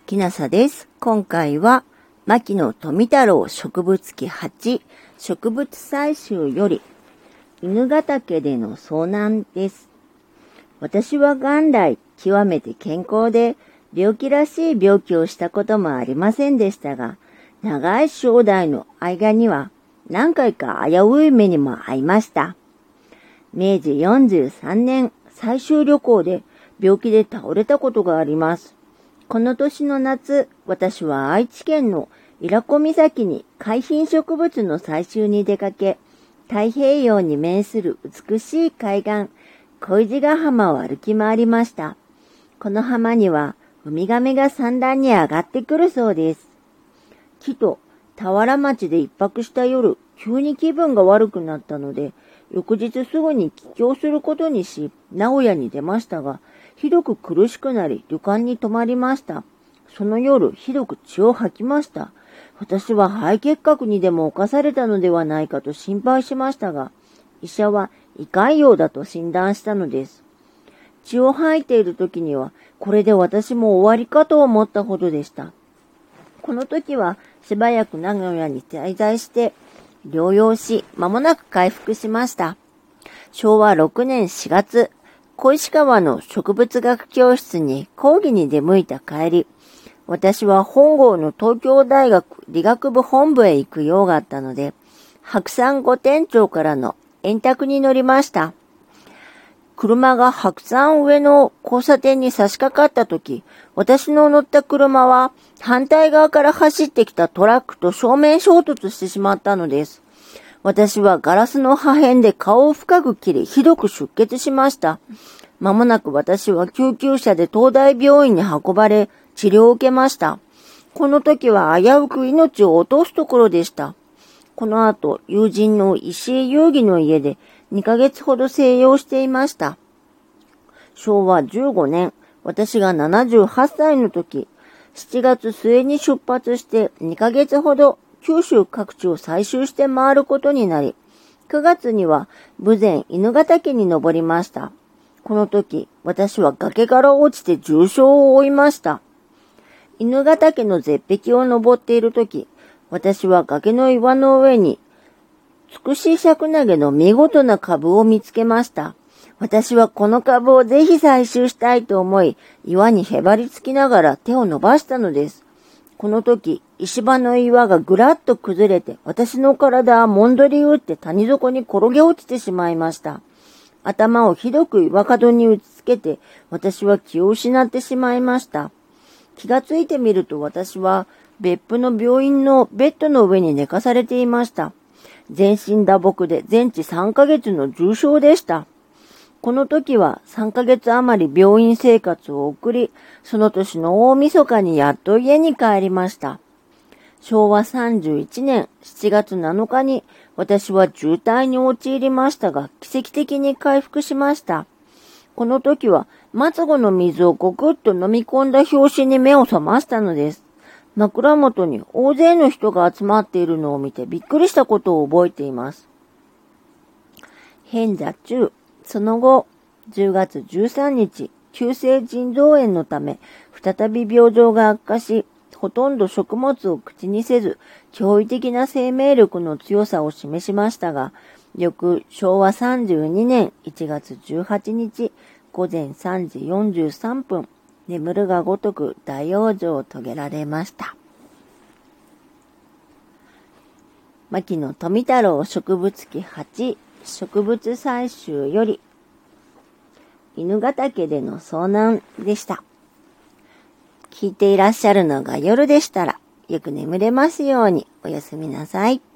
きなさです。今回は牧野富太郎植物記8植物採集より犬ヶ岳での遭難です。私は元来極めて健康で病気らしい病気をしたこともありませんでしたが、長い生涯の間には何回か危うい目にも遭いました。明治43年採集旅行で病気で倒れたことがあります。この年の夏、私は愛知県の伊良湖岬に海浜植物の採集に出かけ、太平洋に面する美しい海岸、小石ヶ浜を歩き回りました。この浜にはウミガメが産卵に上がってくるそうです。木と田原町で一泊した夜、急に気分が悪くなったので、翌日すぐに帰郷することにし、名古屋に出ましたが、ひどく苦しくなり旅館に泊まりました。その夜、ひどく血を吐きました。私は肺結核にでも侵されたのではないかと心配しましたが、医者は胃潰瘍だと診断したのです。血を吐いている時には、これで私も終わりかと思ったほどでした。この時はしばらく名古屋に滞在して、療養し、間もなく回復しました。昭和6年4月、小石川の植物学教室に講義に出向いた帰り、私は本郷の東京大学理学部本部へ行く用があったので、白山御殿町からの円卓に乗りました。車が白山上の交差点に差し掛かったとき、私の乗った車は反対側から走ってきたトラックと正面衝突してしまったのです。私はガラスの破片で顔を深く切り、ひどく出血しました。間もなく私は救急車で東大病院に運ばれ、治療を受けました。この時は危うく命を落とすところでした。この後、友人の石井遊戯の家で2ヶ月ほど静養していました。昭和15年、私が78歳の時、7月末に出発して2ヶ月ほど九州各地を採集して回ることになり、9月には豊前犬ヶ岳に登りました。この時、私は崖から落ちて重傷を負いました。犬ヶ岳の絶壁を登っている時、私は崖の岩の上に、ツクシシャクナゲの見事な株を見つけました。私はこの株をぜひ採集したいと思い、岩にへばりつきながら手を伸ばしたのです。この時、石場の岩がぐらっと崩れて、私の体はもんどり打って谷底に転げ落ちてしまいました。頭をひどく岩角に打ちつけて、私は気を失ってしまいました。気がついてみると私は別府の病院のベッドの上に寝かされていました。全身打撲で全治3ヶ月の重傷でした。この時は3ヶ月余り病院生活を送り、その年の大晦日にやっと家に帰りました。昭和31年7月7日に私は渋滞に陥りましたが、奇跡的に回復しました。この時は末子の水をごくっと飲み込んだ拍子に目を覚ましたのです。枕元に大勢の人が集まっているのを見てびっくりしたことを覚えています。変座中。その後、10月13日、急性腎臓炎のため、再び病状が悪化し、ほとんど食物を口にせず、驚異的な生命力の強さを示しましたが、翌昭和32年1月18日、午前3時43分、眠るがごとく大往生を遂げられました。牧野富太郎植物記8植物採集より犬ヶ岳での遭難でした。聞いていらっしゃるのが夜でしたらよく眠れますようにおやすみなさい。